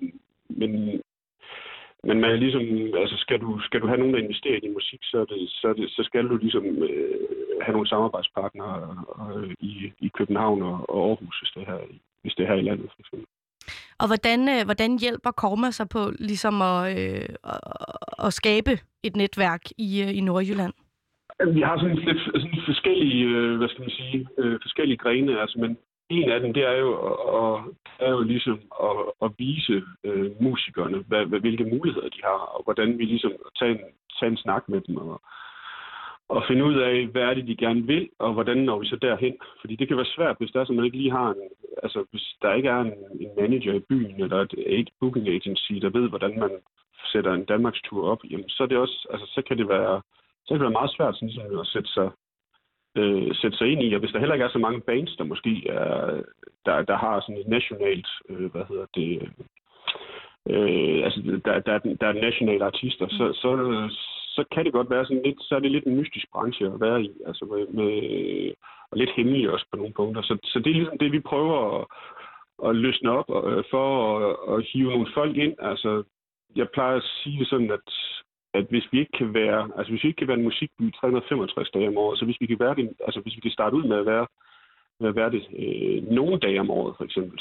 S10: men man er ligesom, altså skal du have nogen, der investerer i musik, så skal du ligesom have nogle samarbejdspartnere i København og Aarhus, hvis det er her i landet, for eksempel.
S4: Og hvordan hjælper Korma sig på ligesom at skabe et netværk i Nordjylland?
S10: Vi har sådan lidt forskellige, forskellige grene, altså, men en af dem, det er jo ligesom at vise musikerne, hvilke muligheder de har, og hvordan vi ligesom tage en snak med dem, og finde ud af, hvad er det, de gerne vil, og hvordan når vi så derhen. Fordi det kan være svært, hvis der er, så man ikke lige har hvis der ikke er en manager i byen, eller et booking agency, der ved, hvordan man sætter en Danmarkstur op, jamen, så er det også, altså, så kan det være meget svært sådan, ligesom, at sætte sig ind i, og hvis der heller ikke er så mange bands, der måske der har sådan et nationalt, der er nationale artister, så kan det godt være sådan lidt, så er det lidt en mystisk branche at være i, altså og lidt hemmelig også på nogle punkter. Så det er ligesom det, vi prøver at løsne op for at hive nogle folk ind. Altså, jeg plejer at sige det sådan, at hvis vi ikke kan være en musikby 365 dage om året, så hvis vi kan være det, altså hvis vi kan starte ud med at være det nogle dage om året, for eksempel,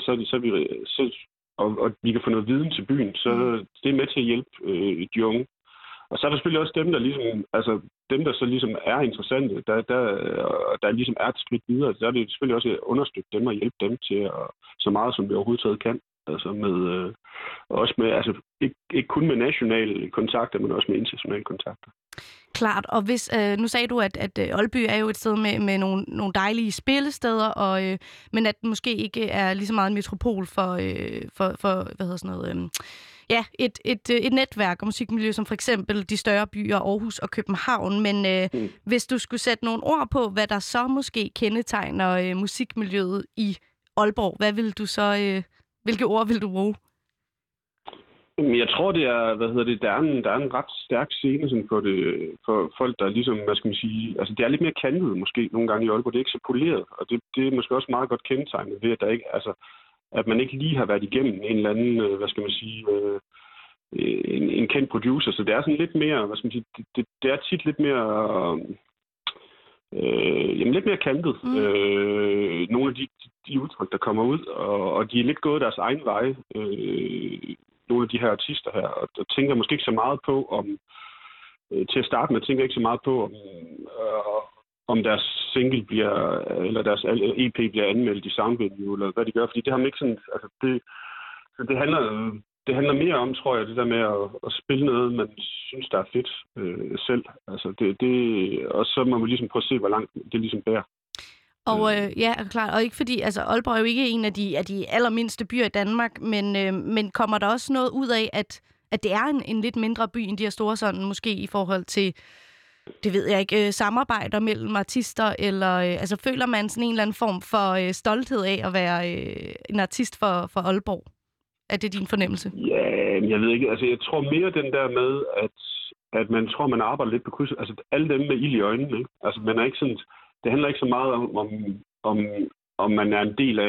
S10: og vi kan få noget viden til byen, så det er med til at hjælpe de unge. Og så er der selvfølgelig også dem, der ligesom, altså dem, der så ligesom er interessante, der ligesom er et skridt videre. Der er det selvfølgelig også at understøtte dem og hjælpe dem til så meget, som vi overhovedet taget kan. Altså også med, altså ikke kun med nationale kontakter, men også med internationale kontakter.
S4: Klart, og hvis nu sagde du, at Aalby er jo et sted med nogle dejlige spillesteder, men at den måske ikke er lige så meget en metropol for hvad hedder sådan noget, et netværk og musikmiljø, som for eksempel de større byer, Aarhus og København. Men hvis du skulle sætte nogle ord på, hvad der så måske kendetegner musikmiljøet i Aalborg, hvad vil du så, hvilke ord vil du bruge?
S10: Jeg tror, det er, der er en ret stærk scene sådan for folk, der ligesom, hvad skal man sige, altså det er lidt mere kantet måske nogle gange i Aalborg, det er ikke så poleret, og det er måske også meget godt kendetegnet ved, at der ikke, altså, at man ikke lige har været igennem en eller anden, hvad skal man sige, en kendt producer, så det er sådan lidt mere, hvad skal man sige, det er tit lidt mere, lidt mere kantet. Nogle af de udtryk, der kommer ud, og de er lidt gået deres egen vej, nogle af de her artister her, og tænker måske ikke så meget på, til at starte med, tænker ikke så meget på, om deres single bliver, eller deres EP bliver anmeldt i Soundvenue, eller hvad de gør, fordi det har man ikke sådan, altså det handler mere om, tror jeg, det der med at spille noget, man synes, der er fedt selv. Altså og så må man ligesom prøve at se, hvor langt det ligesom bærer.
S4: Og klart, og ikke fordi, altså Aalborg er jo ikke en af de allermindste byer i Danmark, men kommer der også noget ud af, at det er en lidt mindre by end de her store, sådan måske i forhold til, det ved jeg ikke, samarbejder mellem artister, eller altså føler man sådan en eller anden form for stolthed af at være en artist for Aalborg? Er det din fornemmelse?
S10: Ja, jeg ved ikke, altså jeg tror mere den der med, at man tror, man arbejder lidt på kryds, altså alle dem med ild i øjnene, ikke? Altså man er ikke sådan, det handler ikke så meget om man er en del af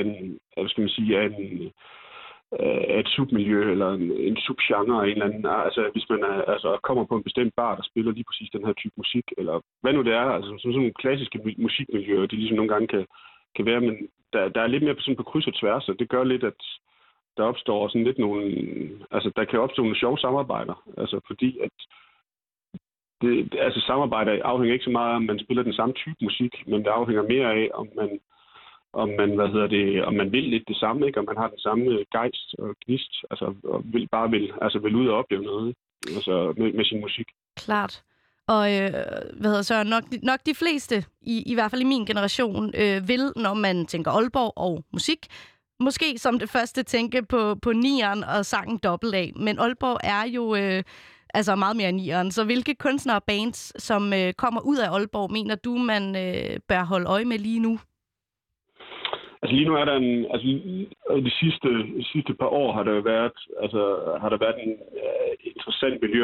S10: af et submiljø eller en subgenre af en eller anden. Altså hvis man kommer på en bestemt bar, der spiller lige præcis den her type musik, eller hvad nu det er, altså sådan nogle klassiske musikmiljøer, de ligesom nogle gange kan være, men der er lidt mere sådan på kryds og tværs, og det gør lidt, at der opstår sådan lidt der kan opstå nogle sjove samarbejder, altså fordi at samarbejder afhænger ikke så meget af, om man spiller den samme type musik, men det afhænger mere af, om man vil lidt det samme, ikke? Om man har den samme gejst og gnist, altså og vil ud og opleve noget, altså med sin musik.
S4: Klart. Og nok de fleste, i hvert fald i min generation, vil, når man tænker Aalborg og musik, måske som det første tænke på nieren og sangen Dobbelt A. Men Aalborg er jo meget mere nieren. Så hvilke kunstnere og bands, som kommer ud af Aalborg, mener du, man bør holde øje med lige nu?
S10: Altså lige nu er der de sidste par år har der været en interessant miljø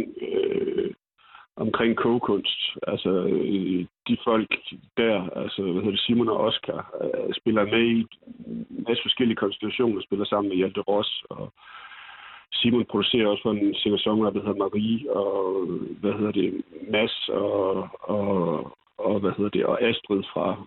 S10: omkring kogekunst. Altså de folk der, altså Simon og Oscar, spiller med i en masse forskellige konstellationer, spiller sammen med Hjalte Ross, og Simon producerer også for en singer-songwriter, der hedder Marie, og Mads og Astrid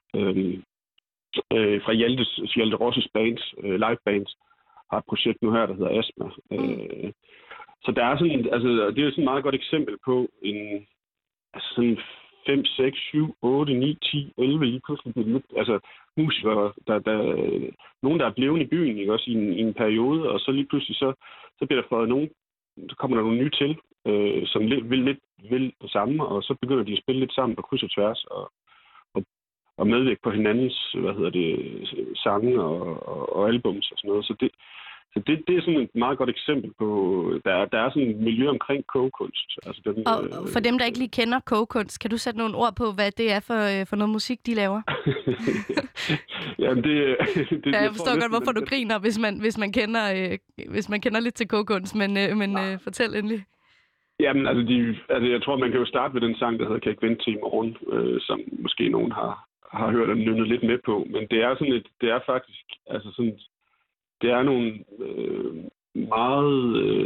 S10: fra Hjalte Rosses bands, livebands, har et projekt nu her, der hedder Astma. Så der er sådan, altså det er sådan et meget godt eksempel på en, altså sådan 5, 6, 7, 8, 9, 10, 11 lige pludselig, altså musikere, nogen, der er blevet i byen, ikke, også i en periode, og så lige pludselig så bliver der fået nogen, så kommer der nogle nye til, som vil det samme, og så begynder de at spille lidt sammen på kryds og tværs, og medvirke på hinandens, sange og albums og sådan noget. Så det er sådan et meget godt eksempel på, der er sådan et miljø omkring kogekunst. Altså
S4: og for dem, der ikke lige kender kogekunst, kan du sætte nogle ord på, hvad det er for noget musik, de laver?
S10: Jamen
S4: jeg forstår godt, hvorfor du griner, hvis man kender lidt til kogekunst, men fortæl endelig.
S10: Jamen, jeg tror, man kan jo starte med den sang, der hedder Kan ikke vente til i morgen, som måske nogen har hørt og nynnet lidt med på. Men det er sådan det er faktisk, altså sådan, det er nogle meget,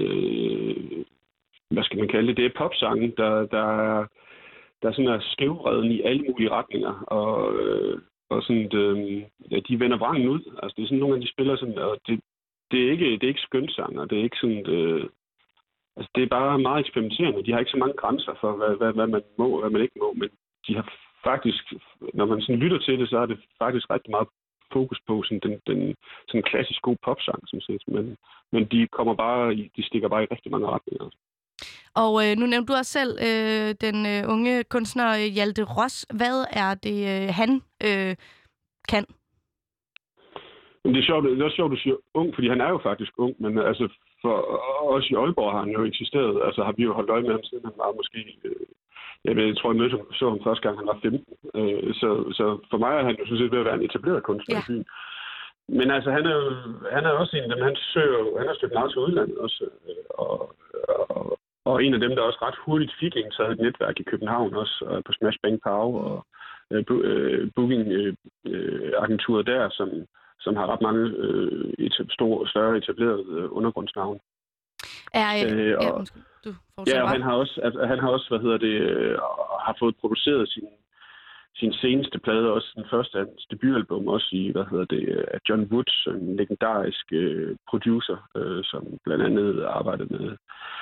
S10: hvad skal man kalde det? Det er popsange, der sådan er skævvreden i alle mulige retninger, og sådan, de vender vrangen ud. Altså, det er sådan nogle af de spiller sådan, og det er ikke skønsanger, det er ikke sådan, altså, det er bare meget eksperimenterende. De har ikke så mange grænser for, hvad man må og hvad man ikke må, men de har faktisk, når man sådan lytter til det, så er det faktisk rigtig meget fokus på sådan den klassisk gode popsang, som set. Men de stikker bare i rigtig mange retninger.
S4: Og nu nævnte du også selv den unge kunstner Hjalte Ross. Hvad er det, han kan?
S10: Det er også sjovt, du siger ung, fordi han er jo faktisk ung, men altså for os i Aalborg har han jo eksisteret. Altså har vi jo holdt øje med ham, siden han var måske... jeg tror, jeg så ham første gang, han var 15. Så for mig er han jo sådan set ved at være en etableret kunstner i byen. Men altså, han er også en af dem, han har søgt meget til udlandet også. Og en af dem, der også ret hurtigt fik indtaget et netværk i København også, på Smash Bang Pow og booking-agenturet der, som har ret mange større etablerede undergrundsnavne. Og han har også, har fået produceret sin seneste plade, også den første af hans debutalbum, også i, af John Woods, en legendarisk producer, som blandt andet arbejdede med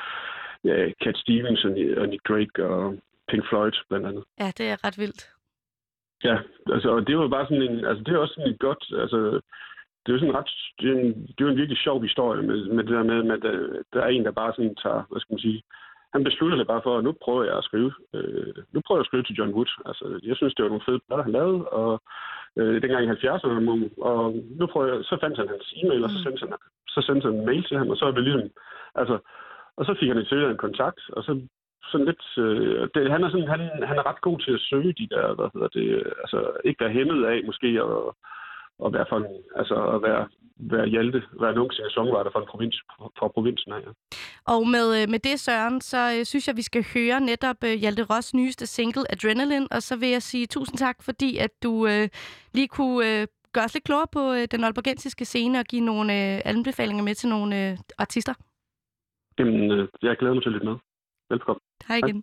S10: Cat Stevens og Nick Drake og Pink Floyd, blandt andet.
S4: Ja, det er ret vildt.
S10: Ja, altså, og det var bare sådan en, altså, det er også sådan et godt, altså, det er jo sådan det er en virkelig sjov historie med det der med, at der er en, der bare sådan tager, hvad skal man sige, han beslutter sig bare for, at nu prøver jeg at skrive til John Wood. Altså, jeg synes, det var nogle fede plader, han lavede, og dengang i 70'erne, og nu prøver jeg, så fandt han hans e-mail, og så sendte han en mail til ham, og så er det ligesom, altså, og så fik han en kontakt, og så sådan lidt, han er ret god til at søge de der, altså ikke være hæmmet af måske, og være at være Hjalte, være en ung singer-songwriter fra provinsen af. Ja.
S4: Og med det, Søren, så synes jeg, vi skal høre netop Hjalte Ross' nyeste single, Adrenaline, og så vil jeg sige tusind tak, fordi at du lige kunne gøre os lidt klogere på den aalborgensiske scene og give nogle anbefalinger med til nogle artister.
S10: Jamen, jeg glæder mig til lidt med. Velkommen.
S4: Hej igen.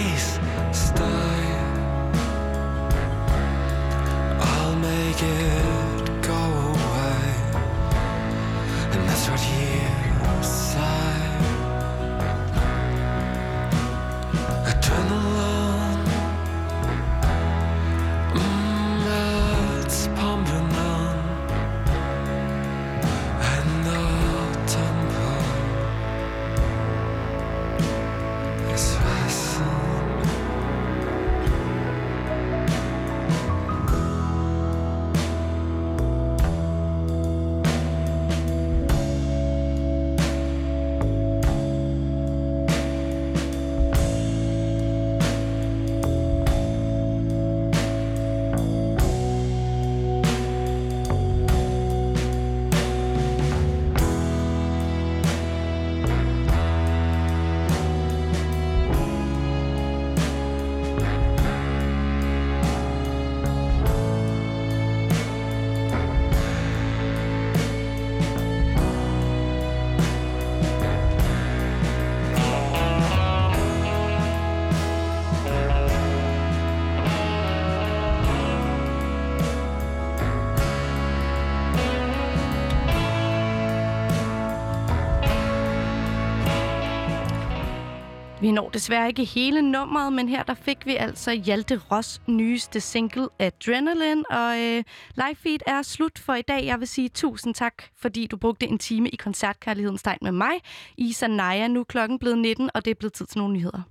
S9: I'll make it
S4: Vi når desværre ikke hele nummeret, men her der fik vi altså Hjalte Ross nyeste single Adrenaline, og Live Feed er slut for i dag. Jeg vil sige tusind tak, fordi du brugte en time i koncertkærlighedens tegn med mig, Isa Naja. Nu er klokken blevet 19, og det er blevet tid til nogle nyheder.